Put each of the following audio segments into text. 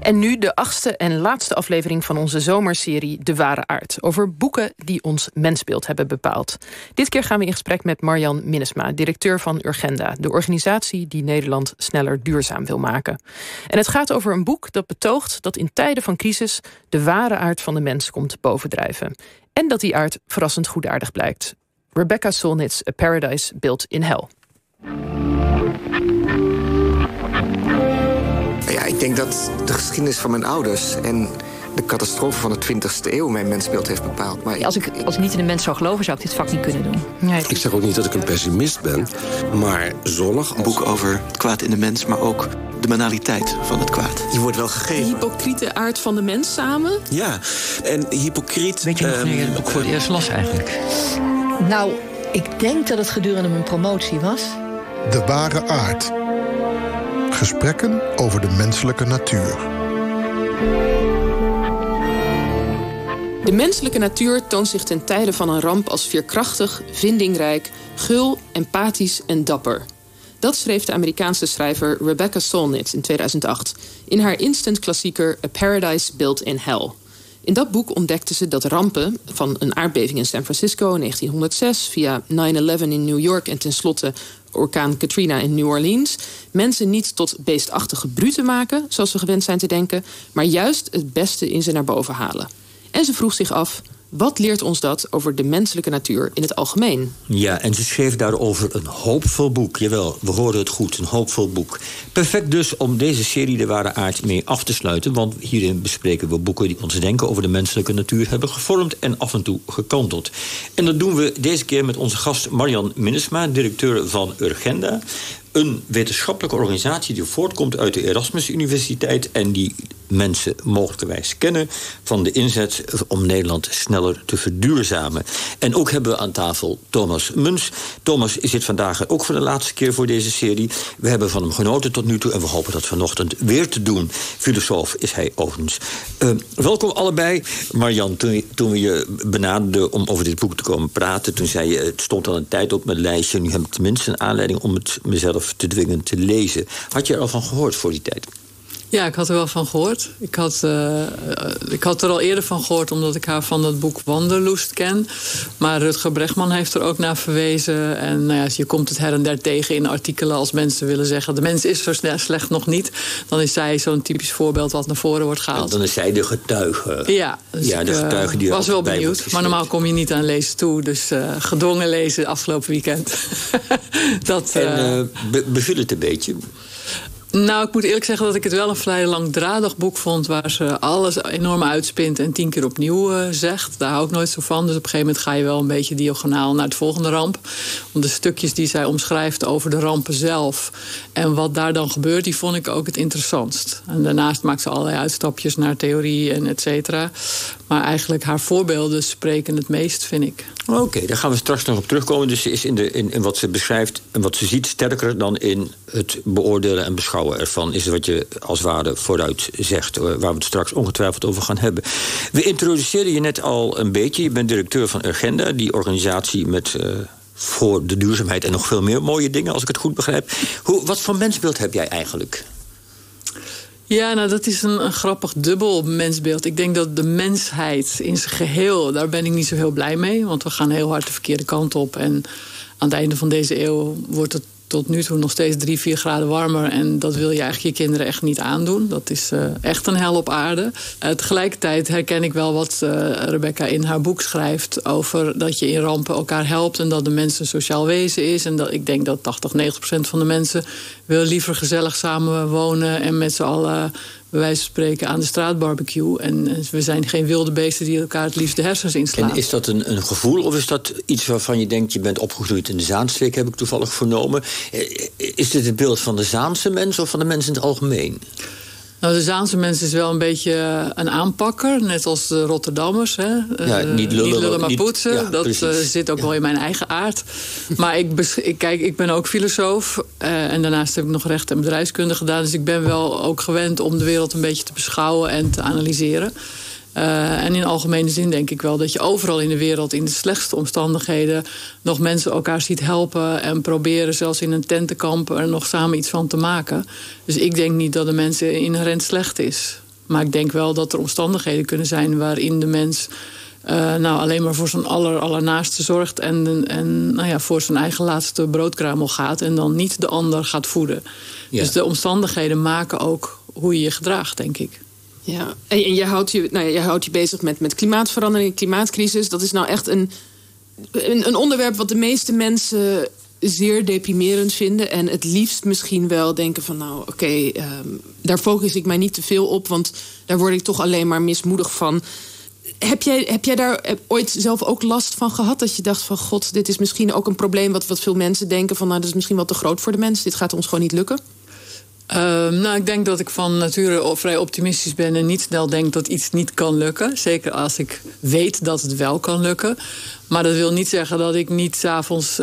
En nu de 8e en laatste aflevering van onze zomerserie De Ware Aard. Over boeken die ons mensbeeld hebben bepaald. Dit keer gaan we in gesprek met Marjan Minnesma, directeur van Urgenda, de organisatie die Nederland sneller duurzaam wil maken. En het gaat over een boek dat betoogt dat in tijden van crisis de ware aard van de mens komt bovendrijven. En dat die aard verrassend goedaardig blijkt. Rebecca Solnit's A Paradise Built in Hell. Ja, ik denk dat de geschiedenis van mijn ouders en de catastrofe van de 20e eeuw mijn mensbeeld heeft bepaald. Maar Als ik niet in de mens zou geloven, zou ik dit vak niet kunnen doen. Nee. Ik zeg ook niet dat ik een pessimist ben, maar zonnig. Een boek over het kwaad in de mens, maar ook de banaliteit van het kwaad. je wordt wel gegeven. De hypocriete aard van de mens samen. Ja, en hypocriet... Weet je nog wanneer je het boek voor het eerst las eigenlijk? Nou, ik denk dat het gedurende mijn promotie was. De Ware Aard. Gesprekken over de menselijke natuur. De menselijke natuur toont zich ten tijde van een ramp als veerkrachtig, vindingrijk, gul, empathisch en dapper. Dat schreef de Amerikaanse schrijver Rebecca Solnit in 2008... in haar instant klassieker A Paradise Built in Hell. In dat boek ontdekte ze dat rampen, van een aardbeving in San Francisco in 1906... via 9/11 in New York en tenslotte orkaan Katrina in New Orleans... mensen niet tot beestachtige bruten maken, zoals we gewend zijn te denken... maar juist het beste in ze naar boven halen. En ze vroeg zich af, wat leert ons dat over de menselijke natuur in het algemeen? Ja, en ze schreef daarover een hoopvol boek. Jawel, we horen het goed, een hoopvol boek. Perfect dus om deze serie De Ware Aard mee af te sluiten... want hierin bespreken we boeken die ons denken over de menselijke natuur... hebben gevormd en af en toe gekanteld. En dat doen we deze keer met onze gast Marjan Minnesma... directeur van Urgenda... een wetenschappelijke organisatie die voortkomt uit de Erasmus Universiteit... en die mensen mogelijkerwijs kennen van de inzet om Nederland sneller te verduurzamen. En ook hebben we aan tafel Thomas Muns. Thomas zit vandaag ook voor de laatste keer voor deze serie. We hebben van hem genoten tot nu toe en we hopen dat vanochtend weer te doen. Filosoof is hij overigens. Welkom allebei. Marjan, toen we je benaderden om over dit boek te komen praten... toen zei je, het stond al een tijd op mijn lijstje... nu heb ik tenminste een aanleiding om het mezelf te dwingen te lezen. Had je er al van gehoord voor die tijd? Ja, ik had er wel van gehoord. Ik had er al eerder van gehoord omdat ik haar van dat boek Wanderlust ken. Maar Rutger Bregman heeft er ook naar verwezen. En nou ja, je komt het her en der tegen in artikelen als mensen willen zeggen... de mens is zo slecht nog niet. Dan is zij zo'n typisch voorbeeld wat naar voren wordt gehaald. En dan is zij de getuige. Ja, dus ja, de getuige die was wel benieuwd. Maar normaal kom je niet aan lezen toe. Dus gedwongen lezen afgelopen weekend. Beviel het een beetje? Nou, ik moet eerlijk zeggen dat ik het wel een vrij langdradig boek vond... waar ze alles enorm uitspint en 10 keer opnieuw zegt. Daar hou ik nooit zo van. Dus op een gegeven moment ga je wel een beetje diagonaal naar het volgende ramp. Want de stukjes die zij omschrijft over de rampen zelf... en wat daar dan gebeurt, die vond ik ook het interessantst. En daarnaast maakt ze allerlei uitstapjes naar theorie en et cetera. Maar eigenlijk haar voorbeelden spreken het meest, vind ik. Oké, daar gaan we straks nog op terugkomen. Dus ze is in wat ze beschrijft en wat ze ziet sterker dan in het beoordelen en beschouwen ervan. Is wat je als ware vooruit zegt, waar we het straks ongetwijfeld over gaan hebben. We introduceerden je net al een beetje. Je bent directeur van Urgenda, die organisatie met... voor de duurzaamheid en nog veel meer mooie dingen, als ik het goed begrijp. Wat voor mensbeeld heb jij eigenlijk? Ja, nou, dat is een grappig dubbel mensbeeld. Ik denk dat de mensheid in zijn geheel, daar ben ik niet zo heel blij mee. Want we gaan heel hard de verkeerde kant op. En aan het einde van deze eeuw wordt het tot nu toe nog steeds 3-4 graden warmer. En dat wil je eigenlijk je kinderen echt niet aandoen. Dat is echt een hel op aarde. Tegelijkertijd herken ik wel wat Rebecca in haar boek schrijft... over dat je in rampen elkaar helpt en dat de mens een sociaal wezen is. En dat ik denk dat 80-90% van de mensen wil liever gezellig samen wonen... en met z'n allen bij wijze van spreken aan de straatbarbecue. En we zijn geen wilde beesten die elkaar het liefst de hersens inslaan. En is dat een gevoel of is dat iets waarvan je denkt... je bent opgegroeid in de Zaanstreek, heb ik toevallig vernomen. Is dit het beeld van de Zaanse mens of van de mens in het algemeen? Nou, de Zaanse mens is wel een beetje een aanpakker. Net als de Rotterdammers. Hè. Ja, niet lullen maar poetsen. Ja, dat zit ook wel in mijn eigen aard. Maar ik ben ook filosoof. En daarnaast heb ik nog recht en bedrijfskunde gedaan. Dus ik ben wel ook gewend om de wereld een beetje te beschouwen en te analyseren. En in algemene zin denk ik wel dat je overal in de wereld... in de slechtste omstandigheden nog mensen elkaar ziet helpen... en proberen zelfs in een tentenkamp er nog samen iets van te maken. Dus ik denk niet dat de mens inherent slecht is. Maar ik denk wel dat er omstandigheden kunnen zijn waarin de mens alleen maar voor zijn allernaaste zorgt en voor zijn eigen laatste broodkruimel gaat en dan niet de ander gaat voeden. Ja. Dus de omstandigheden maken ook hoe je je gedraagt, denk ik. Ja, en je houdt je bezig met klimaatverandering, klimaatcrisis. Dat is nou echt een onderwerp wat de meeste mensen zeer deprimerend vinden. En het liefst misschien wel denken van daar focus ik mij niet te veel op, want daar word ik toch alleen maar mismoedig van. Heb jij daar ooit zelf ook last van gehad? Dat je dacht van god, dit is misschien ook een probleem wat veel mensen denken van dat is misschien wel te groot voor de mens. Dit gaat ons gewoon niet lukken. Ik denk dat ik van nature vrij optimistisch ben en niet snel denk dat iets niet kan lukken. Zeker als ik weet dat het wel kan lukken. Maar dat wil niet zeggen dat ik niet 's avonds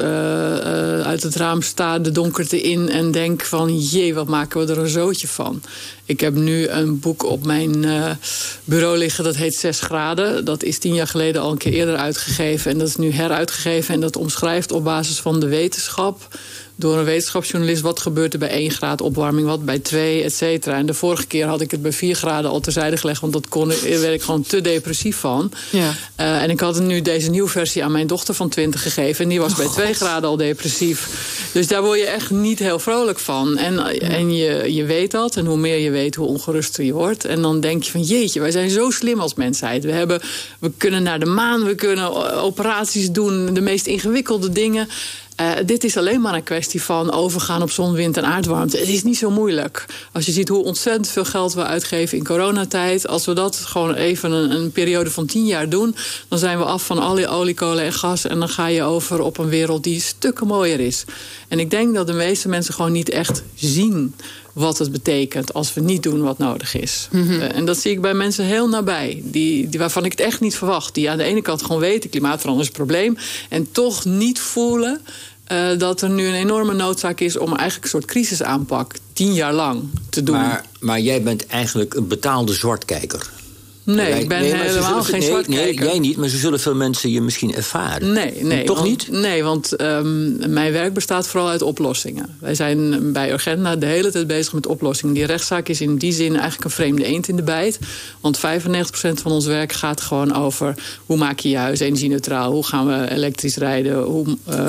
uit het raam sta, de donkerte in en denk van jee, wat maken we er een zootje van. Ik heb nu een boek op mijn bureau liggen, dat heet 6 graden. Dat is 10 jaar geleden al een keer eerder uitgegeven en dat is nu heruitgegeven. En dat omschrijft op basis van de wetenschap door een wetenschapsjournalist wat gebeurt er bij 1 graad opwarming, wat bij 2, et cetera. En de vorige keer had ik het bij 4 graden al terzijde gelegd, want daar werd ik gewoon te depressief van. Ja. En ik had nu deze nieuwe versie aan mijn dochter van 20 gegeven en die was bij 2 graden al depressief. Dus daar word je echt niet heel vrolijk van. En je weet dat en hoe meer je weet, hoe ongeruster je wordt. En dan denk je van jeetje, wij zijn zo slim als mensheid. We kunnen naar de maan, we kunnen operaties doen, de meest ingewikkelde dingen. Dit is alleen maar een kwestie van overgaan op zon, wind en aardwarmte. Het is niet zo moeilijk. Als je ziet hoe ontzettend veel geld we uitgeven in coronatijd, als we dat gewoon even een periode van 10 jaar doen, dan zijn we af van alle olie, kolen en gas en dan ga je over op een wereld die stukken mooier is. En ik denk dat de meeste mensen gewoon niet echt zien wat het betekent als we niet doen wat nodig is. Mm-hmm. En dat zie ik bij mensen heel nabij. Die waarvan ik het echt niet verwacht. Die aan de ene kant gewoon weten, klimaatverandering is een probleem. En toch niet voelen dat er nu een enorme noodzaak is om eigenlijk een soort crisisaanpak 10 jaar lang te doen. Maar jij bent eigenlijk een betaalde zwartkijker. Nee, ik ben helemaal geen zwartkijker. Nee, jij niet, maar zo zullen veel mensen je misschien ervaren. Nee. Toch niet? Nee, want mijn werk bestaat vooral uit oplossingen. Wij zijn bij Urgenda de hele tijd bezig met oplossingen. Die rechtszaak is in die zin eigenlijk een vreemde eend in de bijt. Want 95% van ons werk gaat gewoon over hoe maak je huis energie-neutraal? Hoe gaan we elektrisch rijden?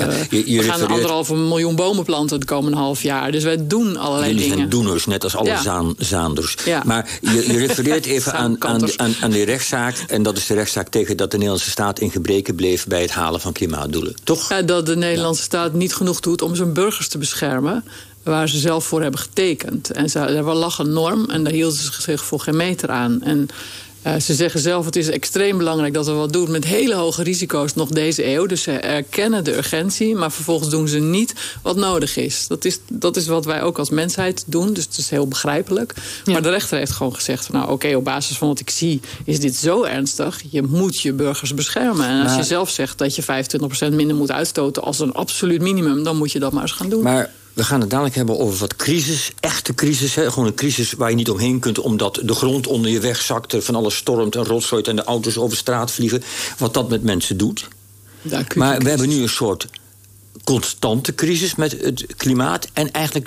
We gaan 1,5 miljoen bomen planten de komende half jaar. Dus wij doen allerlei dingen. Jullie zijn doeners, net als alle zaanders. Ja. Maar je refereert even aan die rechtszaak. En dat is de rechtszaak tegen dat de Nederlandse staat in gebreke bleef bij het halen van klimaatdoelen. Toch? Ja, dat de Nederlandse staat niet genoeg doet om zijn burgers te beschermen, waar ze zelf voor hebben getekend. En er lag een norm en daar hielden ze zich voor geen meter aan. En ze zeggen zelf, het is extreem belangrijk dat we wat doen met hele hoge risico's nog deze eeuw. Dus ze erkennen de urgentie, maar vervolgens doen ze niet wat nodig is. Dat is wat wij ook als mensheid doen, dus het is heel begrijpelijk. Ja. Maar de rechter heeft gewoon gezegd van oké, op basis van wat ik zie is dit zo ernstig. Je moet je burgers beschermen. En als je zelf zegt dat je 25% minder moet uitstoten als een absoluut minimum, dan moet je dat maar eens gaan doen. Maar we gaan het dadelijk hebben over wat crisis, echte crisis. Gewoon een crisis waar je niet omheen kunt omdat de grond onder je weg zakt, er van alles stormt en rotzooit en de auto's over straat vliegen. Wat dat met mensen doet. Maar we hebben nu een soort constante crisis met het klimaat. En eigenlijk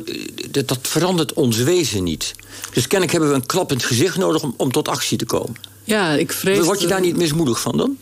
dat verandert ons wezen niet. Dus kennelijk hebben we een klap in het gezicht nodig om tot actie te komen. Ja, ik vrees. Word je daar niet mismoedig van dan?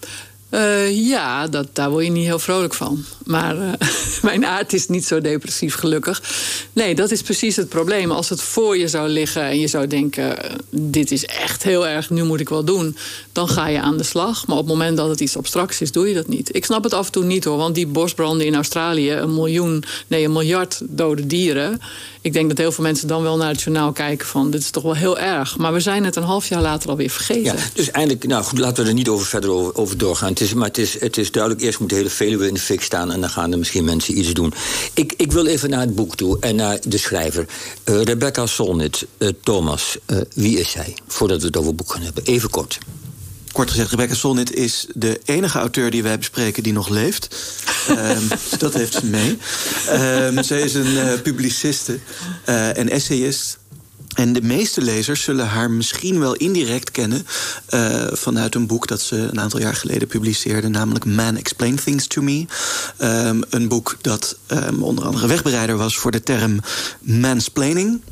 Daar word je niet heel vrolijk van. Maar mijn aard is niet zo depressief, gelukkig. Nee, dat is precies het probleem. Als het voor je zou liggen en je zou denken, dit is echt heel erg, nu moet ik wel doen, dan ga je aan de slag. Maar op het moment dat het iets abstracts is, doe je dat niet. Ik snap het af en toe niet hoor, want die bosbranden in Australië, 1 miljard dode dieren. Ik denk dat heel veel mensen dan wel naar het journaal kijken van, dit is toch wel heel erg. Maar we zijn het een half jaar later alweer vergeten. Ja, dus eindelijk, laten we er niet verder over doorgaan. Het is duidelijk, eerst moet de hele Veluwe in de fik staan en dan gaan er misschien mensen iets doen. Ik wil even naar het boek toe en naar de schrijver. Rebecca Solnit, Thomas, wie is zij? Voordat we het over het boek gaan hebben. Even kort. Kort gezegd, Rebecca Solnit is de enige auteur die wij bespreken die nog leeft. Dat heeft ze mee. Zij is een publiciste en essayist. En de meeste lezers zullen haar misschien wel indirect kennen vanuit een boek dat ze een aantal jaar geleden publiceerde, namelijk Man Explain Things to Me. Een boek dat onder andere wegbereider was voor de term mansplaining. Ja.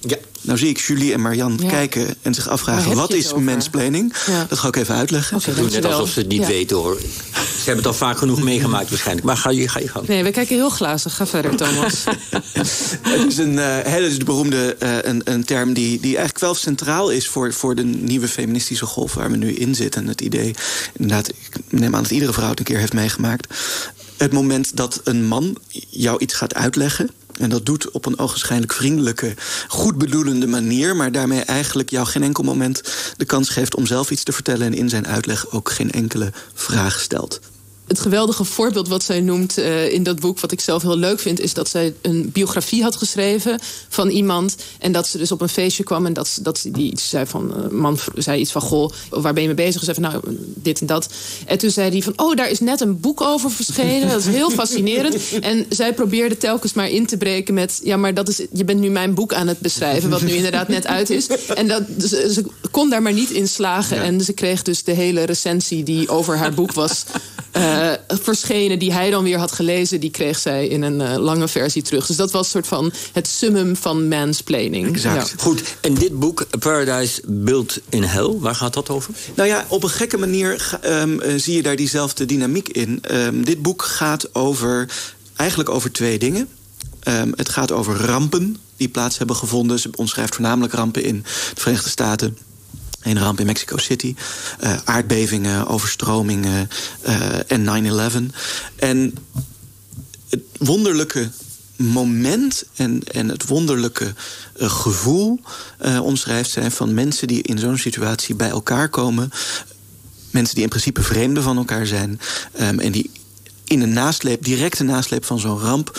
Nou zie ik Julie en Marianne kijken en zich afvragen... wat is mansplaining? Ja. Dat ga ik even uitleggen. Ze doen net alsof ze het niet weten, hoor. Ze hebben het al vaak genoeg meegemaakt waarschijnlijk. Maar ga je gang. Nee, we kijken heel glazig. Ga verder, Thomas. Het is een beroemde een term die eigenlijk wel centraal is... voor de nieuwe feministische golf waar we nu in zitten. En het idee, inderdaad, ik neem aan dat iedere vrouw het een keer heeft meegemaakt... het moment dat een man jou iets gaat uitleggen... en dat doet op een ogenschijnlijk vriendelijke, goedbedoelende manier... maar daarmee eigenlijk jou geen enkel moment de kans geeft om zelf iets te vertellen... en in zijn uitleg ook geen enkele vraag stelt. Het geweldige voorbeeld wat zij noemt in dat boek... wat ik zelf heel leuk vind, is dat zij een biografie had geschreven... van iemand en dat ze dus op een feestje kwam... en dat die iets zei van... man zei iets van, goh, waar ben je mee bezig? Ze zei van, nou, dit en dat. En toen zei hij van, oh, daar is net een boek over verschenen. Dat is heel fascinerend. En zij probeerde telkens maar in te breken met... ja, maar je bent nu mijn boek aan het beschrijven... wat nu inderdaad net uit is. En ze kon daar maar niet in slagen. Ja. En ze kreeg dus de hele recensie die over haar boek was... verschenen, die hij dan weer had gelezen... die kreeg zij in een lange versie terug. Dus dat was een soort van het summum van mansplaining. Exact. Ja. Goed, en dit boek, Paradise Built in Hell... waar gaat dat over? Nou ja, op een gekke manier zie je daar diezelfde dynamiek in. Dit boek gaat eigenlijk over twee dingen. Het gaat over rampen die plaats hebben gevonden. Ze omschrijft voornamelijk rampen in de Verenigde Staten... Een ramp in Mexico City, aardbevingen, overstromingen en 9/11. En het wonderlijke moment en het wonderlijke gevoel omschrijft zij... van mensen die in zo'n situatie bij elkaar komen. Mensen die in principe vreemden van elkaar zijn. En die in een directe nasleep van zo'n ramp...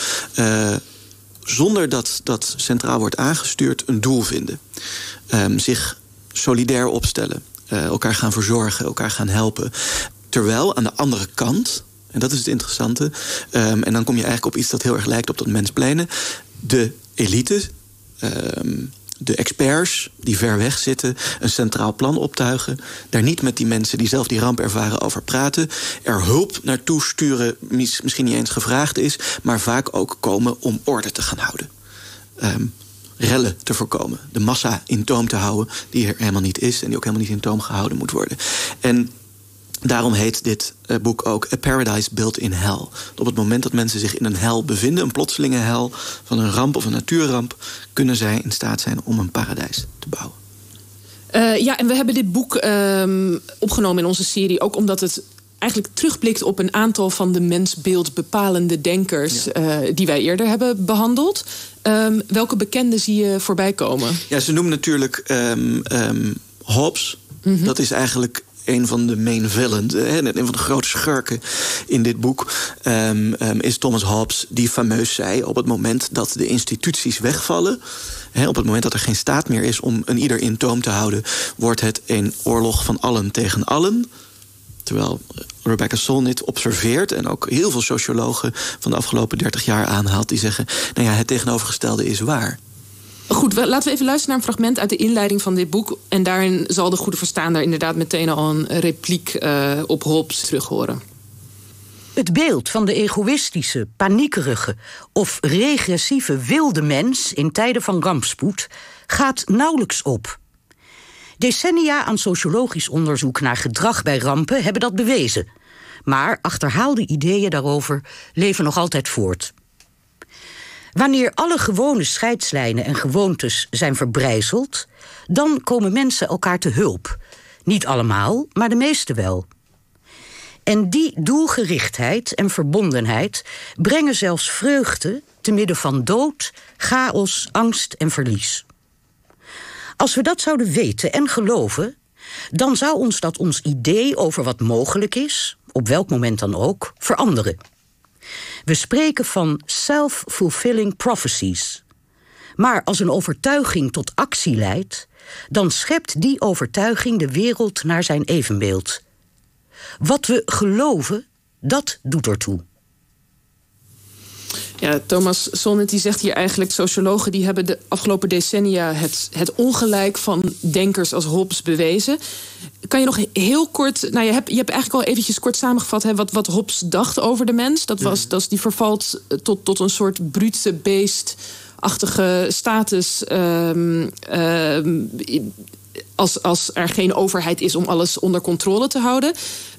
zonder dat dat centraal wordt aangestuurd, een doel vinden. Zich solidair opstellen, elkaar gaan verzorgen, elkaar gaan helpen. Terwijl aan de andere kant, en dat is het interessante... en dan kom je eigenlijk op iets dat heel erg lijkt op dat mensplenen... de elite, de experts die ver weg zitten... een centraal plan optuigen... daar niet met die mensen die zelf die ramp ervaren over praten... er hulp naartoe sturen, misschien niet eens gevraagd is... maar vaak ook komen om orde te gaan houden. Rellen te voorkomen. De massa in toom te houden die er helemaal niet is... en die ook helemaal niet in toom gehouden moet worden. En daarom heet dit boek ook A Paradise Built in Hell. Op het moment dat mensen zich in een hel bevinden... een plotselinge hel van een ramp of een natuurramp... kunnen zij in staat zijn om een paradijs te bouwen. Ja, en we hebben dit boek opgenomen in onze serie... ook omdat het eigenlijk terugblikt op een aantal van de mensbeeld bepalende denkers... die wij eerder hebben behandeld. Welke bekenden zie je voorbij komen? Ja, ze noemen natuurlijk Hobbes. Mm-hmm. Dat is eigenlijk een van de main villains, een van de grote schurken in dit boek... is Thomas Hobbes, die fameus zei... op het moment dat de instituties wegvallen... op het moment dat er geen staat meer is om een ieder in toom te houden... wordt het een oorlog van allen tegen allen... Terwijl Rebecca Solnit observeert... en ook heel veel sociologen van de afgelopen 30 jaar aanhaalt... die zeggen, nou ja, het tegenovergestelde is waar. Goed, laten we even luisteren naar een fragment uit de inleiding van dit boek. En daarin zal de goede verstaander inderdaad meteen al een repliek op Hobbes terug horen. Het beeld van de egoïstische, paniekerige of regressieve wilde mens... in tijden van rampspoed gaat nauwelijks op... Decennia aan sociologisch onderzoek naar gedrag bij rampen hebben dat bewezen. Maar achterhaalde ideeën daarover leven nog altijd voort. Wanneer alle gewone scheidslijnen en gewoontes zijn verbrijzeld... dan komen mensen elkaar te hulp. Niet allemaal, maar de meeste wel. En die doelgerichtheid en verbondenheid brengen zelfs vreugde... te midden van dood, chaos, angst en verlies. Als we dat zouden weten en geloven... dan zou ons idee over wat mogelijk is... op welk moment dan ook, veranderen. We spreken van self-fulfilling prophecies. Maar als een overtuiging tot actie leidt... dan schept die overtuiging de wereld naar zijn evenbeeld. Wat we geloven, dat doet ertoe. Ja, Thomas Solnit die zegt hier eigenlijk... sociologen die hebben de afgelopen decennia... het ongelijk van denkers als Hobbes bewezen. Kan je nog heel kort... Nou, je hebt eigenlijk al eventjes kort samengevat... wat Hobbes dacht over de mens. Die vervalt tot een soort brute beest... achtige status. Als er geen overheid is om alles onder controle te houden.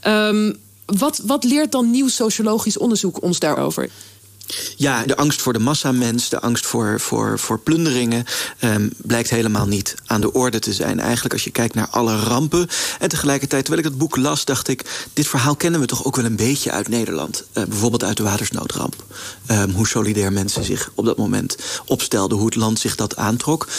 Wat leert dan nieuw sociologisch onderzoek ons daarover? Ja, de angst voor de massamens, de angst voor plunderingen blijkt helemaal niet aan de orde te zijn. Eigenlijk als je kijkt naar alle rampen. En tegelijkertijd, terwijl ik dat boek las, dacht ik, dit verhaal kennen we toch ook wel een beetje uit Nederland. Bijvoorbeeld uit de watersnoodramp. Hoe solidair mensen zich op dat moment opstelden, hoe het land zich dat aantrok.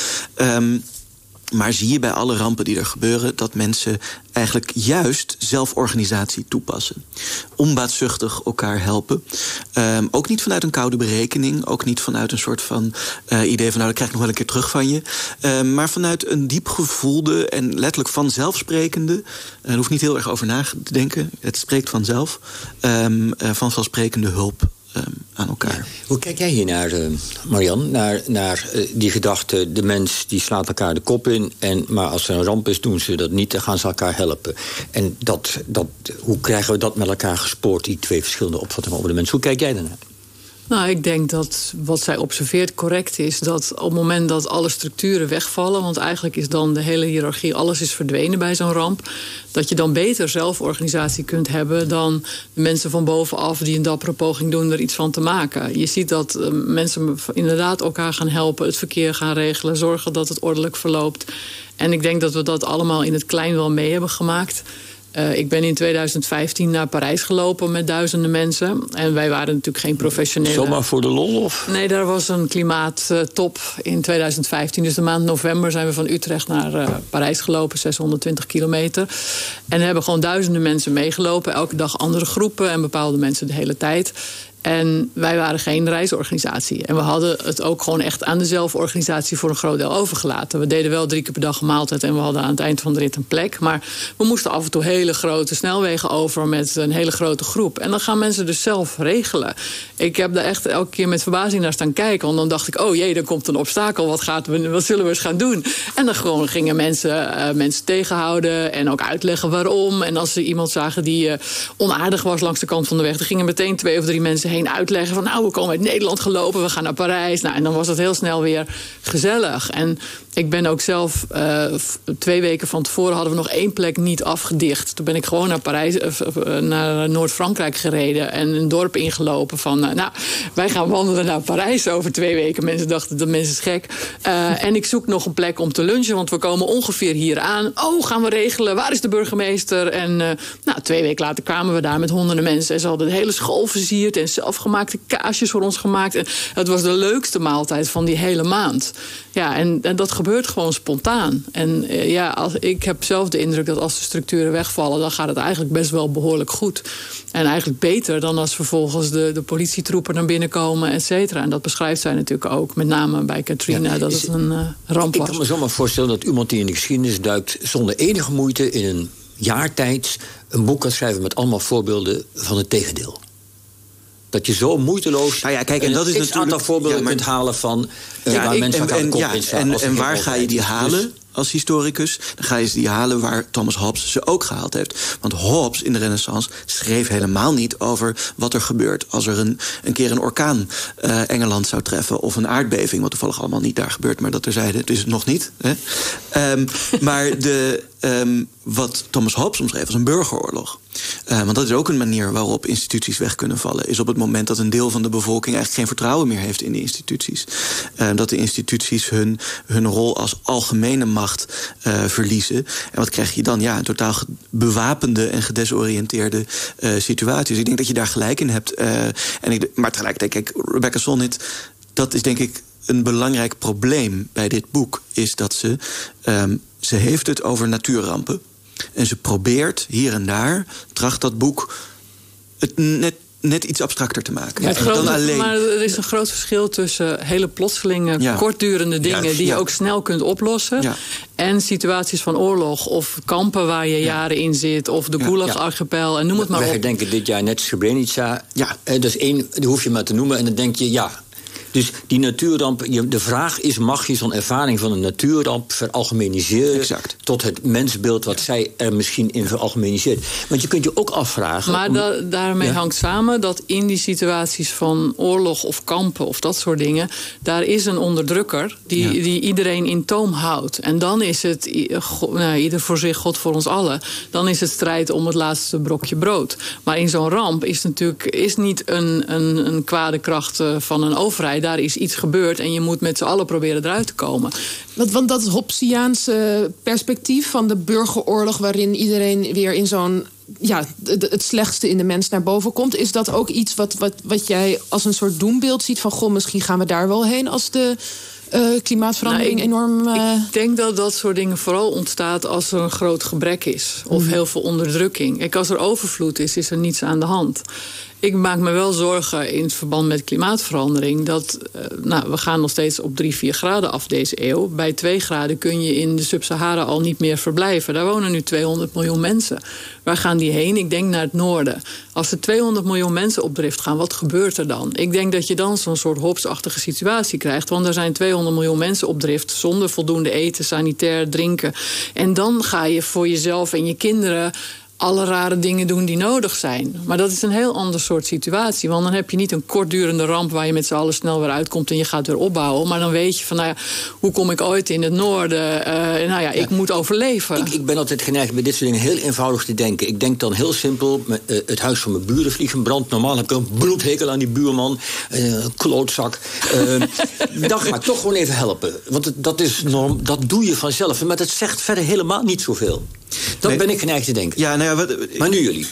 Maar zie je bij alle rampen die er gebeuren dat mensen eigenlijk juist zelforganisatie toepassen. Onbaatzuchtig elkaar helpen. Ook niet vanuit een koude berekening. Ook niet vanuit een soort van idee van, nou, dat krijg ik nog wel een keer terug van je. Maar vanuit een diep gevoelde en letterlijk vanzelfsprekende. Er hoeft niet heel erg over na te denken. Het spreekt vanzelf. Vanzelfsprekende hulp aan elkaar. Ja. Hoe kijk jij hier naar, Marian? Naar die gedachte, de mens die slaat elkaar de kop in. Maar als er een ramp is, doen ze dat niet. Dan gaan ze elkaar helpen. En hoe krijgen we dat met elkaar gespoord? Die twee verschillende opvattingen over de mens. Hoe kijk jij daarnaar? Nou, ik denk dat wat zij observeert correct is. Dat op het moment dat alle structuren wegvallen, want eigenlijk is dan de hele hiërarchie, alles is verdwenen bij zo'n ramp, dat je dan beter zelforganisatie kunt hebben dan de mensen van bovenaf die een dappere poging doen er iets van te maken. Je ziet dat mensen inderdaad elkaar gaan helpen, het verkeer gaan regelen, zorgen dat het ordelijk verloopt. En ik denk dat we dat allemaal in het klein wel mee hebben gemaakt. Ik ben in 2015 naar Parijs gelopen met duizenden mensen. En wij waren natuurlijk geen professionele... Zomaar voor de lol, of? Nee, daar was een klimaattop in 2015. Dus de maand november zijn we van Utrecht naar Parijs gelopen. 620 kilometer. En er hebben gewoon duizenden mensen meegelopen. Elke dag andere groepen en bepaalde mensen de hele tijd. En wij waren geen reisorganisatie. En we hadden het ook gewoon echt aan de zelforganisatie voor een groot deel overgelaten. We deden wel 3 keer per dag een maaltijd en we hadden aan het eind van de rit een plek. Maar we moesten af en toe hele grote snelwegen over met een hele grote groep. En dan gaan mensen dus zelf regelen. Ik heb daar echt elke keer met verbazing naar staan kijken. Want dan dacht ik, oh jee, er komt een obstakel. Wat zullen we eens gaan doen? En dan gewoon gingen mensen tegenhouden en ook uitleggen waarom. En als ze iemand zagen die onaardig was langs de kant van de weg, dan gingen meteen 2 of 3 mensen heen uitleggen van, nou, we komen uit Nederland gelopen, we gaan naar Parijs. Nou, en dan was het heel snel weer gezellig. En ik ben ook zelf 2 weken van tevoren hadden we nog 1 plek niet afgedicht. Toen ben ik gewoon naar Parijs, naar Noord-Frankrijk gereden en een dorp ingelopen van, nou, wij gaan wandelen naar Parijs over 2 weken. Mensen dachten, dat mensen is gek. En ik zoek nog een plek om te lunchen, want we komen ongeveer hier aan. Oh, gaan we regelen, waar is de burgemeester? En 2 weken later kwamen we daar met honderden mensen en ze hadden de hele school versierd en zelfgemaakte kaasjes voor ons gemaakt. En het was de leukste maaltijd van die hele maand. Ja, en dat gebeurt gewoon spontaan. En ik heb zelf de indruk dat als de structuren wegvallen, dan gaat het eigenlijk best wel behoorlijk goed. En eigenlijk beter dan als vervolgens de politietroepen naar binnen komen, et cetera. En dat beschrijft zij natuurlijk ook, met name bij Katrina, dat het een ramp was. Ik kan me zomaar voorstellen dat iemand die in de geschiedenis duikt zonder enige moeite in een jaar tijd een boek kan schrijven met allemaal voorbeelden van het tegendeel. Dat je zo moeiteloos en dat is natuurlijk aantal voorbeelden kunt halen van waar mensen elkaar de kop in slaan. En waar ga je die halen als historicus? Dan ga je ze die halen waar Thomas Hobbes ze ook gehaald heeft. Want Hobbes in de Renaissance schreef helemaal niet over wat er gebeurt als er een keer een orkaan Engeland zou treffen of een aardbeving, wat toevallig allemaal niet daar gebeurt, maar dat terzijde, dus nog niet. Hè? Maar wat Thomas Hobbes omschreef was een burgeroorlog. Want dat is ook een manier waarop instituties weg kunnen vallen. Is op het moment dat een deel van de bevolking eigenlijk geen vertrouwen meer heeft in die instituties. Dat de instituties hun rol als algemene macht verliezen. En wat krijg je dan? Ja, een totaal bewapende en gedesoriënteerde situatie. Dus ik denk dat je daar gelijk in hebt. Maar tegelijkertijd, kijk, Rebecca Solnit, dat is denk ik een belangrijk probleem bij dit boek. Is dat ze heeft het over natuurrampen. En ze probeert hier en daar, tracht dat boek het net iets abstracter te maken. Ja, maar er is een groot verschil tussen hele plotselinge, kortdurende dingen die je ook snel kunt oplossen. Ja. En situaties van oorlog of kampen waar je jaren in zit, of de Gulag-archipel en noem het maar op. We herdenken dit jaar net Srebrenica. Ja. Dat is één, die hoef je maar te noemen en dan denk je, Dus die natuurramp, de vraag is, mag je zo'n ervaring van een natuurramp veralgemeniseren tot het mensbeeld wat zij er misschien in veralgemeniseert? Want je kunt je ook afvragen... Maar daarmee hangt samen dat in die situaties van oorlog of kampen of dat soort dingen, daar is een onderdrukker die iedereen in toom houdt. En dan is het ieder voor zich, God voor ons allen. Dan is het strijd om het laatste brokje brood. Maar in zo'n ramp is niet een kwade kracht van een overheid. Daar is iets gebeurd en je moet met z'n allen proberen eruit te komen. Want dat Hobbesiaanse perspectief van de burgeroorlog, waarin iedereen weer in zo'n het slechtste in de mens naar boven komt, is dat ook iets wat jij als een soort doembeeld ziet van, goh, misschien gaan we daar wel heen als de klimaatverandering enorm... Ik denk dat dat soort dingen vooral ontstaat als er een groot gebrek is. Of heel veel onderdrukking. Als er overvloed is er niets aan de hand. Ik maak me wel zorgen in het verband met klimaatverandering dat we gaan nog steeds op 3-4 graden af deze eeuw. Bij 2 graden kun je in de Sub-Sahara al niet meer verblijven. Daar wonen nu 200 miljoen mensen. Waar gaan die heen? Ik denk naar het noorden. Als er 200 miljoen mensen op drift gaan, wat gebeurt er dan? Ik denk dat je dan zo'n soort Hobbesachtige situatie krijgt. Want er zijn 200 miljoen mensen op drift zonder voldoende eten, sanitair, drinken. En dan ga je voor jezelf en je kinderen alle rare dingen doen die nodig zijn. Maar dat is een heel ander soort situatie. Want dan heb je niet een kortdurende ramp waar je met z'n allen snel weer uitkomt en je gaat weer opbouwen. Maar dan weet je van, hoe kom ik ooit in het noorden? Ik moet overleven. Ik ben altijd geneigd bij dit soort dingen heel eenvoudig te denken. Ik denk dan heel simpel, het huis van mijn buren vliegt in brand. Normaal heb ik een bloedhekel aan die buurman. Klootzak. Dan ga ik toch gewoon even helpen. Want dat doe je vanzelf. Maar dat zegt verder helemaal niet zoveel. Dat ben ik geneigd te denken. Ja, maar nu jullie.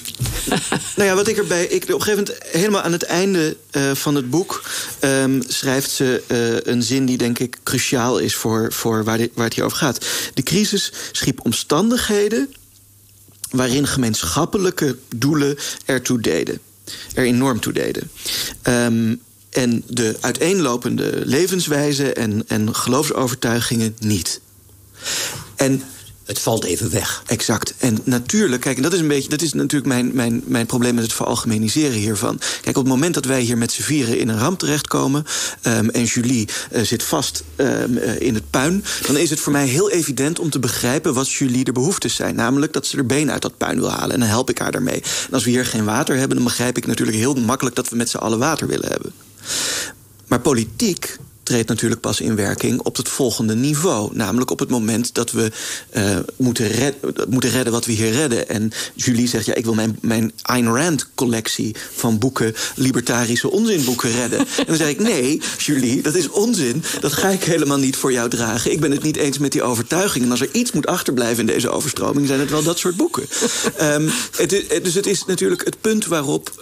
Wat ik erbij... op een gegeven moment, helemaal aan het einde van het boek schrijft ze een zin die denk ik cruciaal is voor waar het hier over gaat. De crisis schiep omstandigheden waarin gemeenschappelijke doelen er enorm toe deden. En de uiteenlopende levenswijze en geloofsovertuigingen niet. En het valt even weg. Exact. En natuurlijk, kijk, en dat is natuurlijk mijn probleem met het veralgemeniseren hiervan. Kijk, op het moment dat wij hier met z'n vieren in een ramp terechtkomen en Julie zit vast in het puin, dan is het voor mij heel evident om te begrijpen wat Julie de behoeftes zijn. Namelijk dat ze er been uit dat puin wil halen. En dan help ik haar daarmee. En als we hier geen water hebben, dan begrijp ik natuurlijk heel makkelijk dat we met z'n allen water willen hebben. Maar politiek treedt natuurlijk pas in werking op het volgende niveau. Namelijk op het moment dat we moeten redden wat we hier redden. En Julie zegt, ik wil mijn Ayn Rand-collectie van boeken, libertarische onzinboeken redden. En dan zeg ik, nee, Julie, dat is onzin. Dat ga ik helemaal niet voor jou dragen. Ik ben het niet eens met die overtuiging. En als er iets moet achterblijven in deze overstroming, zijn het wel dat soort boeken. Dus het is natuurlijk het punt waarop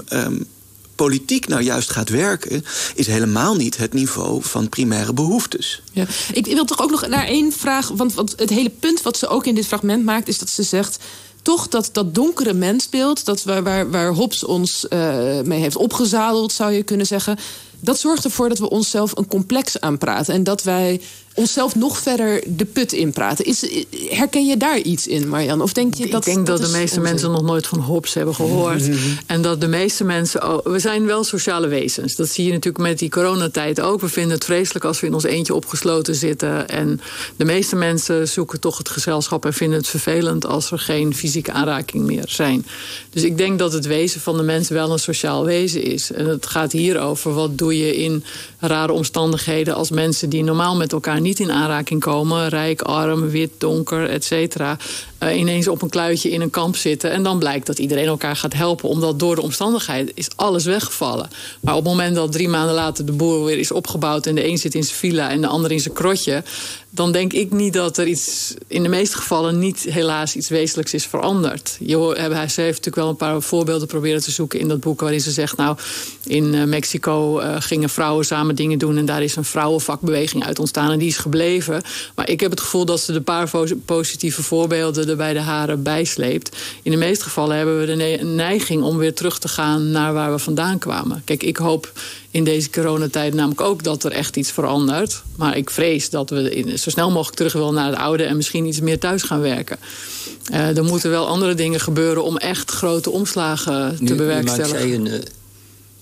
politiek nou juist gaat werken, is helemaal niet het niveau van primaire behoeftes. Ja. Ik wil toch ook nog naar één vraag, want het hele punt wat ze ook in dit fragment maakt, is dat ze zegt, toch dat donkere mensbeeld, dat waar Hobbes ons mee heeft opgezadeld, zou je kunnen zeggen, dat zorgt ervoor dat we onszelf een complex aanpraten en dat wij onszelf nog verder de put inpraten. Herken je daar iets in, Marjan? Of denk je dat? Ik denk dat de meeste mensen nog nooit van Hobbes hebben gehoord. En dat de meeste mensen we zijn wel sociale wezens. Dat zie je natuurlijk met die coronatijd ook. We vinden het vreselijk als we in ons eentje opgesloten zitten. En de meeste mensen zoeken toch het gezelschap en vinden het vervelend als er geen fysieke aanraking meer zijn. Dus ik denk dat het wezen van de mens wel een sociaal wezen is. En het gaat hier over wat doe je in rare omstandigheden als mensen die normaal met elkaar niet in aanraking komen, rijk, arm, wit, donker, et cetera, ineens op een kluitje in een kamp zitten. En dan blijkt dat iedereen elkaar gaat helpen, omdat door de omstandigheid is alles weggevallen. Maar op het moment dat 3 maanden later de boer weer is opgebouwd en de een zit in zijn villa en de ander in zijn krotje, dan denk ik niet dat er iets, in de meeste gevallen niet helaas iets wezenlijks is veranderd. Ze heeft natuurlijk wel een paar voorbeelden proberen te zoeken in dat boek, waarin ze zegt, in Mexico gingen vrouwen samen dingen doen en daar is een vrouwenvakbeweging uit ontstaan en die is gebleven. Maar ik heb het gevoel dat ze de paar positieve voorbeelden er bij de haren bijsleept. In de meeste gevallen hebben we de neiging om weer terug te gaan naar waar we vandaan kwamen. Kijk, ik hoop in deze coronatijd namelijk ook dat er echt iets verandert. Maar ik vrees dat we zo snel mogelijk terug willen naar het oude en misschien iets meer thuis gaan werken. Er moeten wel andere dingen gebeuren om echt grote omslagen te bewerkstelligen.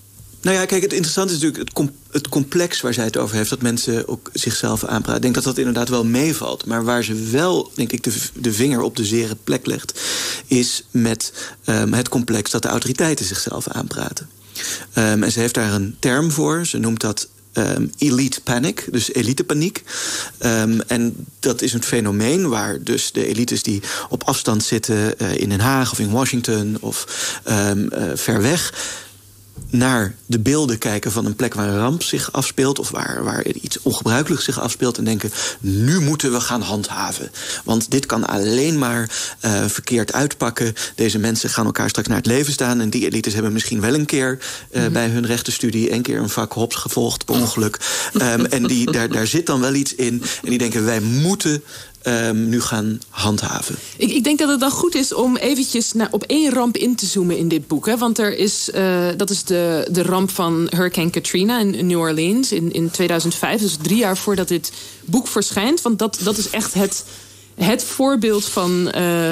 Nou ja, kijk, het interessante is natuurlijk het complex waar zij het over heeft, dat mensen ook zichzelf aanpraten. Ik denk dat dat inderdaad wel meevalt. Maar waar ze wel, denk ik, de vinger op de zere plek legt, is met het complex dat de autoriteiten zichzelf aanpraten. En ze heeft daar een term voor. Ze noemt dat elite panic, dus elitepaniek. En dat is een fenomeen waar dus de elites die op afstand zitten in Den Haag of in Washington of ver weg, naar de beelden kijken van een plek waar een ramp zich afspeelt, of waar iets ongebruikelijks zich afspeelt, en denken, nu moeten we gaan handhaven. Want dit kan alleen maar verkeerd uitpakken. Deze mensen gaan elkaar straks naar het leven staan, en die elites hebben misschien wel een keer bij hun rechtenstudie een keer een vak hops gevolgd per ongeluk. En daar zit dan wel iets in. En die denken, wij moeten nu gaan handhaven. Ik denk dat het dan goed is om eventjes op één ramp in te zoomen in dit boek. Hè? Want dat is de ramp van Hurricane Katrina in New Orleans in 2005. Dus 3 jaar voordat dit boek verschijnt. Want dat is echt het voorbeeld van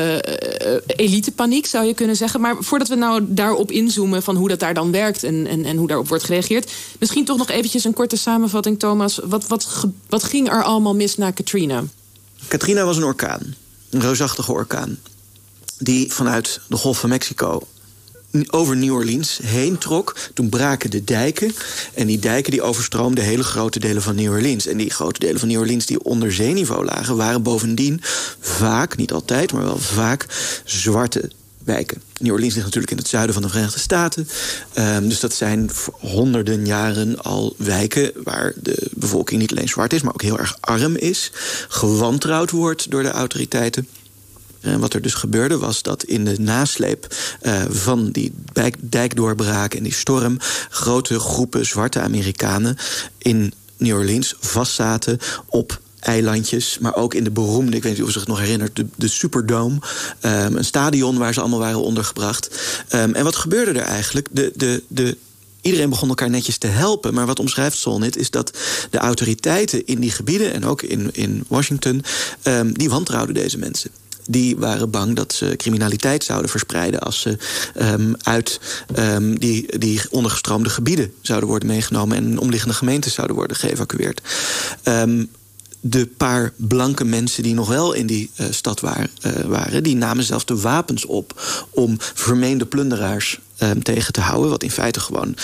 elitepaniek, zou je kunnen zeggen. Maar voordat we nou daarop inzoomen van hoe dat daar dan werkt en hoe daarop wordt gereageerd, misschien toch nog eventjes een korte samenvatting, Thomas. Wat ging er allemaal mis na Katrina? Katrina was een orkaan. Een reusachtige orkaan. Die vanuit de Golf van Mexico over New Orleans heen trok. Toen braken de dijken. En die dijken die overstroomden hele grote delen van New Orleans. En die grote delen van New Orleans die onder zeeniveau lagen, waren bovendien vaak, niet altijd, maar wel vaak, zwarte wijken. New Orleans ligt natuurlijk in het zuiden van de Verenigde Staten. Dus dat zijn honderden jaren al wijken waar de bevolking niet alleen zwart is, maar ook heel erg arm is. Gewantrouwd wordt door de autoriteiten. En wat er dus gebeurde was dat in de nasleep van die dijkdoorbraak en die storm grote groepen zwarte Amerikanen in New Orleans vastzaten op eilandjes, maar ook in de beroemde, ik weet niet of je zich nog herinnert, de Superdome. Een stadion waar ze allemaal waren ondergebracht. En wat gebeurde er eigenlijk? Iedereen begon elkaar netjes te helpen. Maar wat omschrijft Solnit is dat de autoriteiten in die gebieden, en ook in Washington, die wantrouwden deze mensen. Die waren bang dat ze criminaliteit zouden verspreiden als ze uit die ondergestroomde gebieden zouden worden meegenomen en omliggende gemeenten zouden worden geëvacueerd. De paar blanke mensen die nog wel in die stad waren, die namen zelfs de wapens op om vermeende plunderaars tegen te houden. Wat in feite gewoon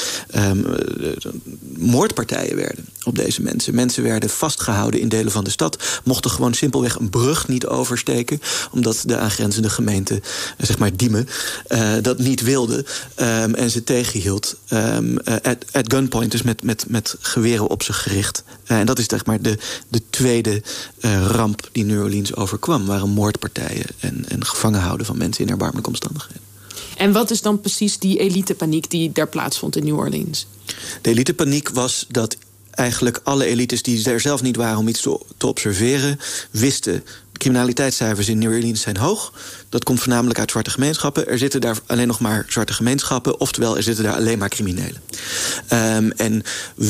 moordpartijen werden op deze mensen. Mensen werden vastgehouden in delen van de stad. Mochten gewoon simpelweg een brug niet oversteken, omdat de aangrenzende gemeente, zeg maar Diemen, dat niet wilde. En ze tegenhield at gunpoint, dus met geweren op zich gericht. En dat is zeg maar de tweede ramp die New Orleans overkwam. Waren moordpartijen en gevangen houden van mensen in erbarmelijke omstandigheden. En wat is dan precies die elitepaniek die daar plaatsvond in New Orleans? De elitepaniek was dat eigenlijk alle elites die er zelf niet waren om iets te observeren, wisten, criminaliteitscijfers in New Orleans zijn hoog. Dat komt voornamelijk uit zwarte gemeenschappen. Er zitten daar alleen nog maar zwarte gemeenschappen, oftewel er zitten daar alleen maar criminelen. En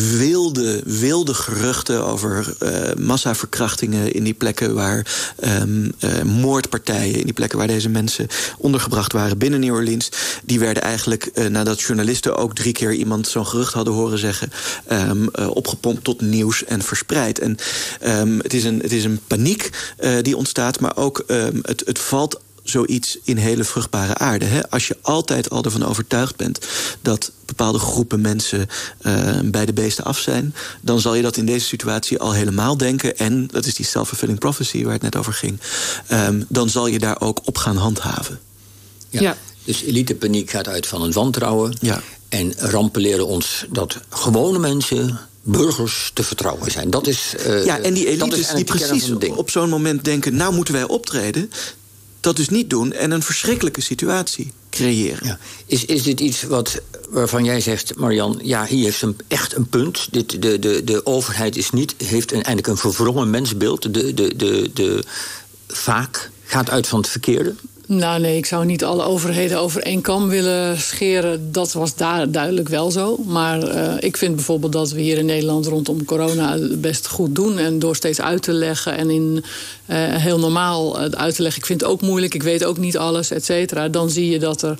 wilde geruchten over massaverkrachtingen in die plekken waar moordpartijen, in die plekken waar deze mensen ondergebracht waren binnen New Orleans, die werden eigenlijk, nadat journalisten ook 3 keer iemand zo'n gerucht hadden horen zeggen, opgepompt tot nieuws en verspreid. En het is een paniek die ontstaat, maar ook het valt zoiets in hele vruchtbare aarde. Hè? Als je altijd al ervan overtuigd bent dat bepaalde groepen mensen bij de beesten af zijn, dan zal je dat in deze situatie al helemaal denken. En dat is die self-fulfilling prophecy waar het net over ging. Dan zal je daar ook op gaan handhaven. Ja. Dus elitepaniek gaat uit van een wantrouwen. Ja. En rampen leren ons dat gewone mensen, burgers, te vertrouwen zijn. Dat is en die elites die precies op zo'n moment denken, nou moeten wij optreden, dat dus niet doen en een verschrikkelijke situatie creëren. Ja. Is dit iets waarvan jij zegt, Marian, ja, hier heeft ze echt een punt. De overheid heeft eigenlijk een verwrongen mensbeeld. De vaak gaat uit van het verkeerde. Nou nee, ik zou niet alle overheden over één kam willen scheren. Dat was daar duidelijk wel zo. Maar ik vind bijvoorbeeld dat we hier in Nederland rondom corona best goed doen. En door steeds uit te leggen en heel normaal uit te leggen. Ik vind het ook moeilijk, ik weet ook niet alles, et cetera. Dan zie je dat er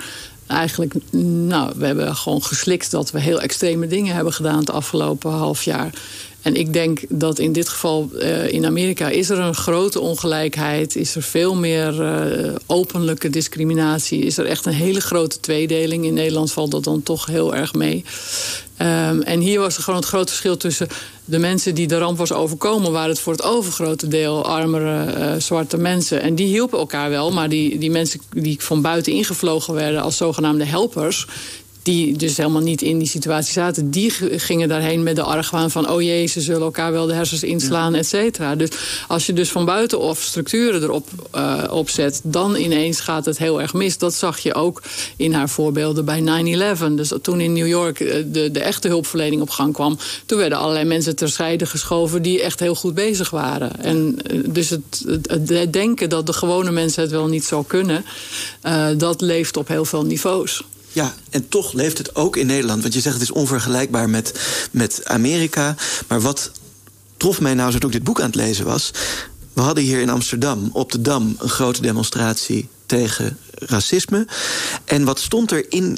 eigenlijk, we hebben gewoon geslikt dat we heel extreme dingen hebben gedaan het afgelopen half jaar. En ik denk dat in dit geval in Amerika is er een grote ongelijkheid. Is er veel meer openlijke discriminatie. Is er echt een hele grote tweedeling. In Nederland valt dat dan toch heel erg mee. En hier was er gewoon het grote verschil tussen de mensen die de ramp was overkomen, waren het voor het overgrote deel armere zwarte mensen. En die hielpen elkaar wel, maar die mensen die van buiten ingevlogen werden als zogenaamde helpers, die dus helemaal niet in die situatie zaten, die gingen daarheen met de argwaan van oh jee, ze zullen elkaar wel de hersens inslaan, et cetera. Dus als je dus van buitenaf structuren erop opzet, dan ineens gaat het heel erg mis. Dat zag je ook in haar voorbeelden bij 9/11. Dus toen in New York de echte hulpverlening op gang kwam, toen werden allerlei mensen terzijde geschoven die echt heel goed bezig waren. En dus het denken dat de gewone mensen het wel niet zo kunnen, dat leeft op heel veel niveaus. Ja, en toch leeft het ook in Nederland. Want je zegt het is onvergelijkbaar met Amerika. Maar wat trof mij nou, zodat ik dit boek aan het lezen was, we hadden hier in Amsterdam op de Dam een grote demonstratie tegen racisme. En wat stond er in?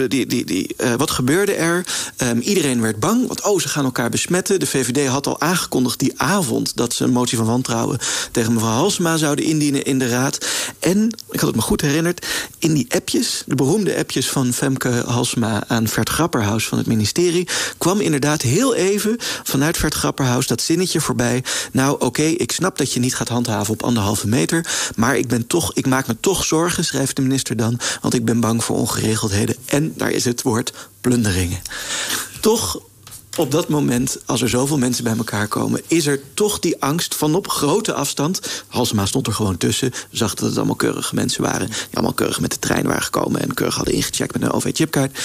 Wat gebeurde er? Iedereen werd bang, want ze gaan elkaar besmetten. De VVD had al aangekondigd die avond dat ze een motie van wantrouwen tegen mevrouw Halsema zouden indienen in de Raad. En, ik had het me goed herinnerd, in die appjes, de beroemde appjes van Femke Halsema aan Vert Grapperhaus van het ministerie, kwam inderdaad heel even vanuit Vert Grapperhaus dat zinnetje voorbij. Nou, oké, ik snap dat je niet gaat handhaven op 1,5 meter, maar ik maak me toch zorgen, schrijft de minister dan, want ik ben bang voor ongeregeldheden. En daar is het woord plunderingen. Toch, op dat moment, als er zoveel mensen bij elkaar komen, is er toch die angst van op grote afstand. Halsema stond er gewoon tussen, zag dat het allemaal keurige mensen waren, die allemaal keurig met de trein waren gekomen en keurig hadden ingecheckt met een OV-chipkaart.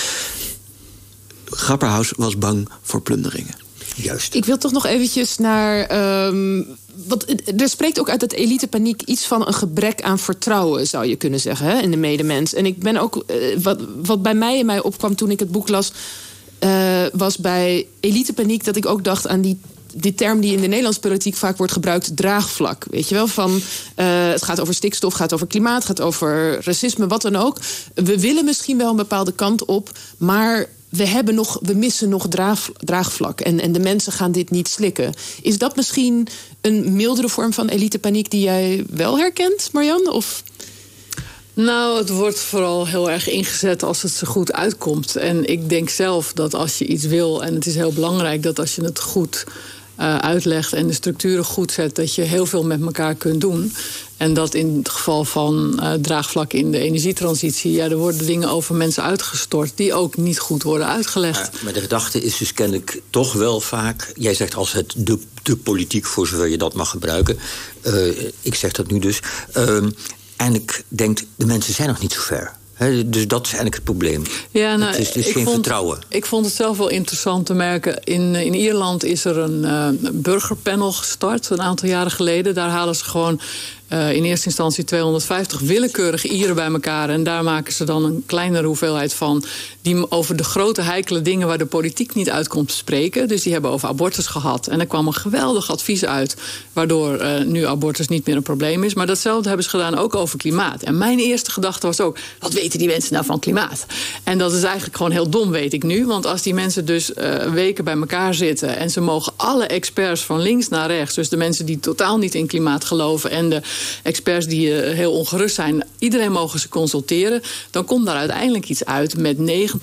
Grapperhaus was bang voor plunderingen. Juist. Ik wil toch nog eventjes naar want er spreekt ook uit het elitepaniek iets van een gebrek aan vertrouwen, zou je kunnen zeggen, hè, in de medemens. En ik ben ook, wat bij mij in mij opkwam toen ik het boek las, was bij elitepaniek dat ik ook dacht aan die term die in de Nederlandse politiek vaak wordt gebruikt, draagvlak. Weet je wel, van het gaat over stikstof, het gaat over klimaat, het gaat over racisme, wat dan ook. We willen misschien wel een bepaalde kant op, maar we missen nog draagvlak. En de mensen gaan dit niet slikken. Is dat misschien een mildere vorm van elitepaniek die jij wel herkent, Marjan? Of? Nou, het wordt vooral heel erg ingezet als het zo goed uitkomt. En ik denk zelf dat als je iets wil, en het is heel belangrijk dat als je het goed uitlegt en de structuren goed zet, dat je heel veel met elkaar kunt doen. En dat in het geval van draagvlak in de energietransitie, er worden dingen over mensen uitgestort die ook niet goed worden uitgelegd. Maar de gedachte is dus kennelijk toch wel vaak, jij zegt als het de politiek, voor zover je dat mag gebruiken. Ik zeg dat nu dus. En ik denk, de mensen zijn nog niet zo ver. Dus dat is eigenlijk het probleem. Ja, het is geen vertrouwen. Ik vond het zelf wel interessant te merken. In Ierland is er een burgerpanel gestart een aantal jaren geleden. Daar halen ze gewoon in eerste instantie 250 willekeurige Ieren bij elkaar. En daar maken ze dan een kleinere hoeveelheid van, die over de grote heikele dingen waar de politiek niet uitkomt spreken. Dus die hebben over abortus gehad. En er kwam een geweldig advies uit, waardoor nu abortus niet meer een probleem is. Maar datzelfde hebben ze gedaan ook over klimaat. En mijn eerste gedachte was ook, wat weten die mensen nou van klimaat? En dat is eigenlijk gewoon heel dom, weet ik nu. Want als die mensen dus weken bij elkaar zitten en ze mogen alle experts van links naar rechts, dus de mensen die totaal niet in klimaat geloven en de experts die heel ongerust zijn, iedereen mogen ze consulteren, dan komt daar uiteindelijk iets uit met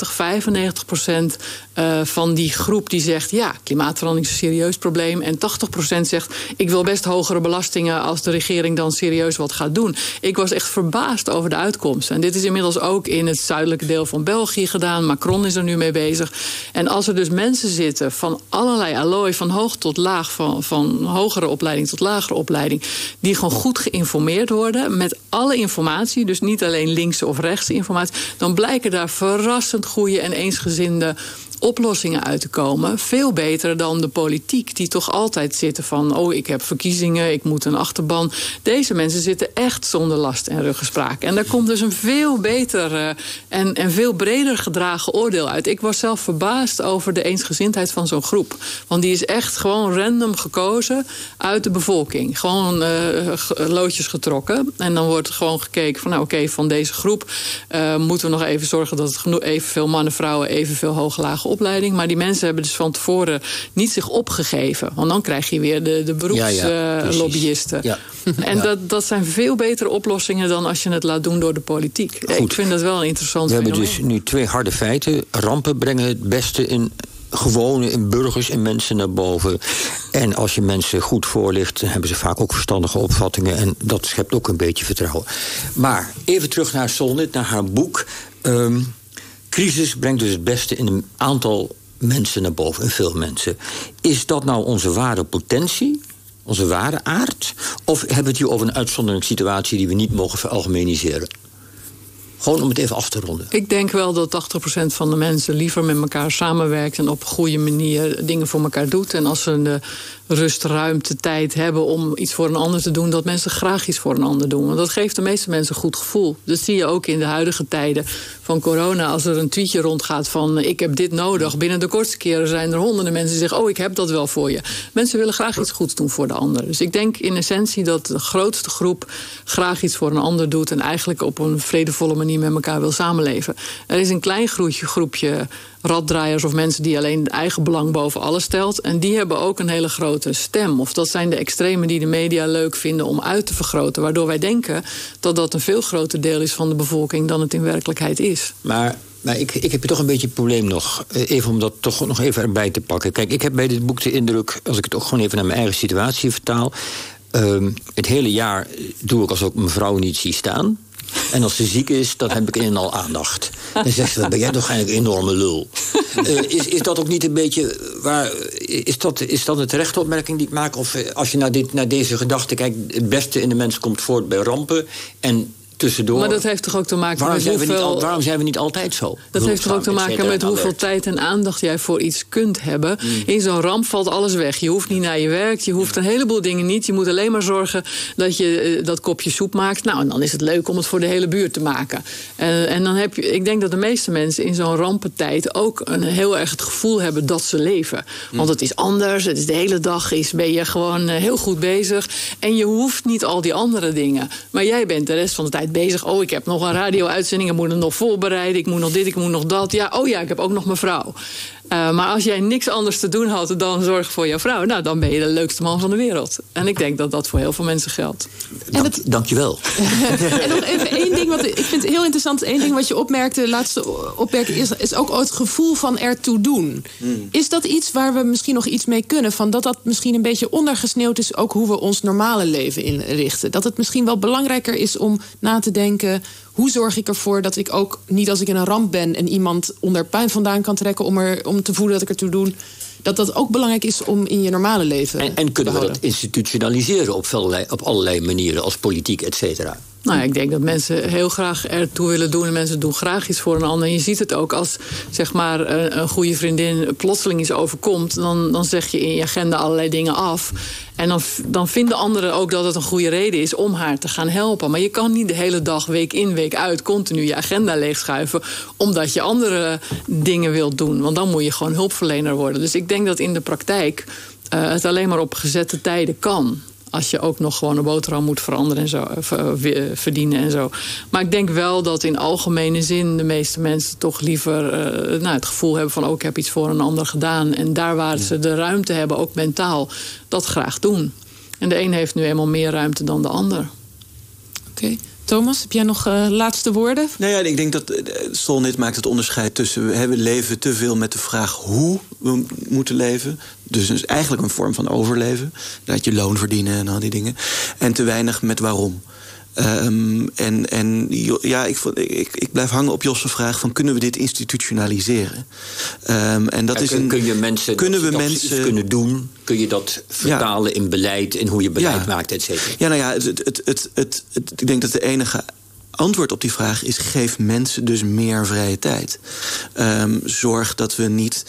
95% van die groep die zegt, ja, klimaatverandering is een serieus probleem, en 80% zegt, ik wil best hogere belastingen als de regering dan serieus wat gaat doen. Ik was echt verbaasd over de uitkomst. En dit is inmiddels ook in het zuidelijke deel van België gedaan. Macron is er nu mee bezig. En als er dus mensen zitten van allerlei allooi, van hoog tot laag, van hogere opleiding tot lagere opleiding, die gewoon goed geïnformeerd worden met alle informatie, dus niet alleen linkse of rechtse informatie, dan blijken daar verrassend goede en eensgezinde oplossingen uit te komen. Veel beter dan de politiek, die toch altijd zitten van... ik heb verkiezingen, ik moet een achterban. Deze mensen zitten echt zonder last en ruggespraak. En daar komt dus een veel beter en veel breder gedragen oordeel uit. Ik was zelf verbaasd over de eensgezindheid van zo'n groep. Want die is echt gewoon random gekozen uit de bevolking. Gewoon loodjes getrokken. En dan wordt gewoon gekeken van van deze groep moeten we nog even zorgen dat het evenveel mannen, vrouwen, evenveel hoge, lage opleiding. Maar die mensen hebben dus van tevoren niet zich opgegeven. Want dan krijg je weer de beroepslobbyisten. Ja. En dat zijn veel betere oplossingen dan als je het laat doen door de politiek. Goed. Ik vind dat wel een interessant fenomeen. We hebben dus nu 2 harde feiten. Rampen brengen het beste in burgers en mensen naar boven. En als je mensen goed voorlicht, dan hebben ze vaak ook verstandige opvattingen. En dat schept ook een beetje vertrouwen. Maar even terug naar Solnit, naar haar boek. Crisis brengt dus het beste in een aantal mensen naar boven, in veel mensen. Is dat nou onze ware potentie? Onze ware aard? Of hebben we het hier over een uitzonderlijke situatie die we niet mogen veralgemeniseren? Gewoon om het even af te ronden. Ik denk wel dat 80% van de mensen liever met elkaar samenwerkt en op een goede manier dingen voor elkaar doet. En als ze de rust, ruimte, tijd hebben om iets voor een ander te doen, dat mensen graag iets voor een ander doen. Want dat geeft de meeste mensen een goed gevoel. Dat zie je ook in de huidige tijden van corona. Als er een tweetje rondgaat van ik heb dit nodig. Binnen de kortste keren zijn er honderden mensen die zeggen ik heb dat wel voor je. Mensen willen graag iets goeds doen voor de ander. Dus ik denk in essentie dat de grootste groep graag iets voor een ander doet en eigenlijk op een vredevolle manier met elkaar wil samenleven. Er is een klein groepje raddraaiers of mensen die alleen eigen belang boven alles stelt. En die hebben ook een hele grote stem. Of dat zijn de extremen die de media leuk vinden om uit te vergroten. Waardoor wij denken dat dat een veel groter deel is van de bevolking dan het in werkelijkheid is. Maar ik heb hier toch een beetje een probleem nog. Even om dat toch nog even erbij te pakken. Kijk, ik heb bij dit boek de indruk, als ik het ook gewoon even naar mijn eigen situatie vertaal. Het hele jaar doe ik als ook mijn vrouw niet zie staan. En als ze ziek is, dan heb ik een en al aandacht. Dan zegt ze, dan ben jij toch eigenlijk een enorme lul. Is dat ook niet een beetje waar? Is dat een terechte opmerking die ik maak? Of als je naar deze gedachte kijkt, het beste in de mens komt voort bij rampen en tussendoor. Maar dat heeft toch ook te maken met waarom zijn we niet altijd zo? Dat heeft toch ook te maken met hoeveel tijd en aandacht jij voor iets kunt hebben. In zo'n ramp valt alles weg. Je hoeft niet naar je werk, je hoeft een heleboel dingen niet. Je moet alleen maar zorgen dat je dat kopje soep maakt. Nou, en dan is het leuk om het voor de hele buurt te maken. En dan heb je, ik denk dat de meeste mensen in zo'n rampentijd ook heel erg het gevoel hebben dat ze leven. Want het is anders, het is de hele dag ben je gewoon heel goed bezig. En je hoeft niet al die andere dingen. Maar jij bent de rest van de tijd bezig. Ik heb nog een radio-uitzending, ik moet het nog voorbereiden, ik moet nog dit, ik moet nog dat. Ik heb ook nog mijn vrouw. Maar als jij niks anders te doen had dan zorgen voor jouw vrouw, nou, dan ben je de leukste man van de wereld. En ik denk dat dat voor heel veel mensen geldt. Dank je wel. En nog even één ding, wat ik vind heel interessant. Één ding wat je opmerkte, de laatste opmerking, is ook het gevoel van ertoe doen. Is dat iets waar we misschien nog iets mee kunnen? Van dat misschien een beetje ondergesneeuwd is, ook hoe we ons normale leven inrichten. Dat het misschien wel belangrijker is om na te denken, hoe zorg ik ervoor dat ik ook niet als ik in een ramp ben en iemand onder puin vandaan kan trekken om te voelen dat ik ertoe doe, dat ook belangrijk is om in je normale leven en kunnen we dat institutionaliseren op allerlei manieren, als politiek, et cetera? Nou, ik denk dat mensen heel graag ertoe willen doen en mensen doen graag iets voor een ander. En je ziet het ook als, zeg maar, een goede vriendin plotseling iets overkomt, dan zeg je in je agenda allerlei dingen af. En dan vinden anderen ook dat het een goede reden is om haar te gaan helpen. Maar je kan niet de hele dag, week in, week uit, continu je agenda leegschuiven, omdat je andere dingen wilt doen. Want dan moet je gewoon hulpverlener worden. Dus ik denk dat in de praktijk het alleen maar op gezette tijden kan. Als je ook nog gewoon een boterham moet veranderen en zo, verdienen en zo. Maar ik denk wel dat in algemene zin de meeste mensen toch liever het gevoel hebben van ik heb iets voor een ander gedaan. En daar waar ze de ruimte hebben, ook mentaal, dat graag doen. En de een heeft nu eenmaal meer ruimte dan de ander. Oké. Thomas, heb jij nog laatste woorden? Nou ja, ik denk dat Solnit maakt het onderscheid tussen we leven te veel met de vraag hoe we moeten leven. Dus eigenlijk een vorm van overleven. Dat je loon verdienen en al die dingen. En te weinig met waarom. Ik blijf hangen op Jos' vraag van kunnen we dit institutionaliseren? En dat is kunnen we mensen kunnen doen? Kun je dat vertalen in beleid en hoe je beleid maakt, et cetera? Ja, nou ja, ik denk dat de enige antwoord op die vraag is: geef mensen dus meer vrije tijd. Zorg dat we niet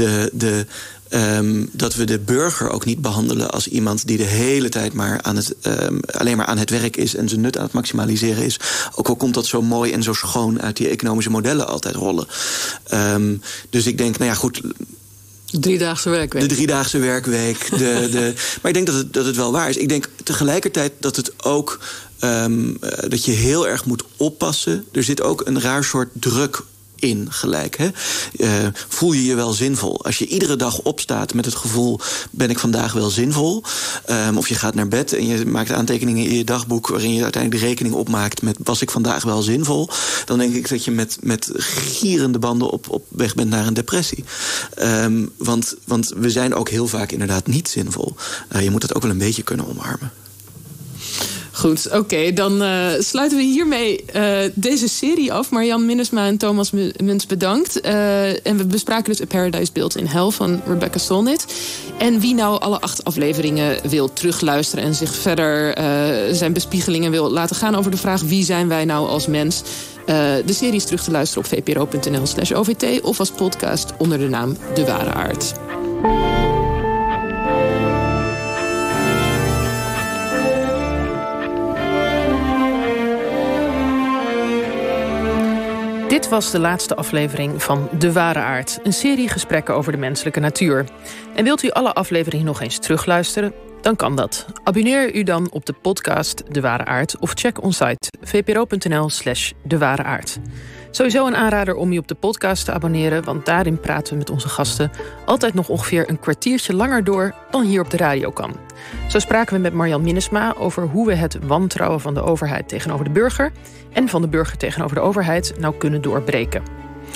dat we de burger ook niet behandelen als iemand die de hele tijd maar alleen maar aan het werk is en zijn nut aan het maximaliseren is. Ook al komt dat zo mooi en zo schoon uit die economische modellen altijd rollen. Dus ik denk, nou ja, goed. De 3-daagse werkweek. De 3-daagse werkweek. Maar ik denk dat het wel waar is. Ik denk tegelijkertijd dat het ook dat je heel erg moet oppassen. Er zit ook een raar soort druk in gelijk. Hè? Voel je je wel zinvol? Als je iedere dag opstaat met het gevoel: ben ik vandaag wel zinvol? Of je gaat naar bed en je maakt aantekeningen in je dagboek waarin je uiteindelijk de rekening opmaakt met: was ik vandaag wel zinvol? Dan denk ik dat je met gierende banden op weg bent naar een depressie. Want we zijn ook heel vaak inderdaad niet zinvol. Je moet dat ook wel een beetje kunnen omarmen. Goed, oké, dan sluiten we hiermee deze serie af. Marjan Minnesma en Thomas Muntz, bedankt. En we bespraken dus A Paradise Built in Hell van Rebecca Solnit. En wie nou alle 8 afleveringen wil terugluisteren en zich verder zijn bespiegelingen wil laten gaan over de vraag: wie zijn wij nou als mens? De serie is terug te luisteren op vpro.nl/OVT of als podcast onder de naam De Ware Aard. Dit was de laatste aflevering van De Ware Aard, een serie gesprekken over de menselijke natuur. En wilt u alle afleveringen nog eens terugluisteren? Dan kan dat. Abonneer u dan op de podcast De Ware Aard of check ons site vpro.nl/De Ware Aard. Sowieso een aanrader om je op de podcast te abonneren, want daarin praten we met onze gasten altijd nog ongeveer een kwartiertje langer door dan hier op de radio kan. Zo spraken we met Marjan Minnesma over hoe we het wantrouwen van de overheid tegenover de burger en van de burger tegenover de overheid nou kunnen doorbreken.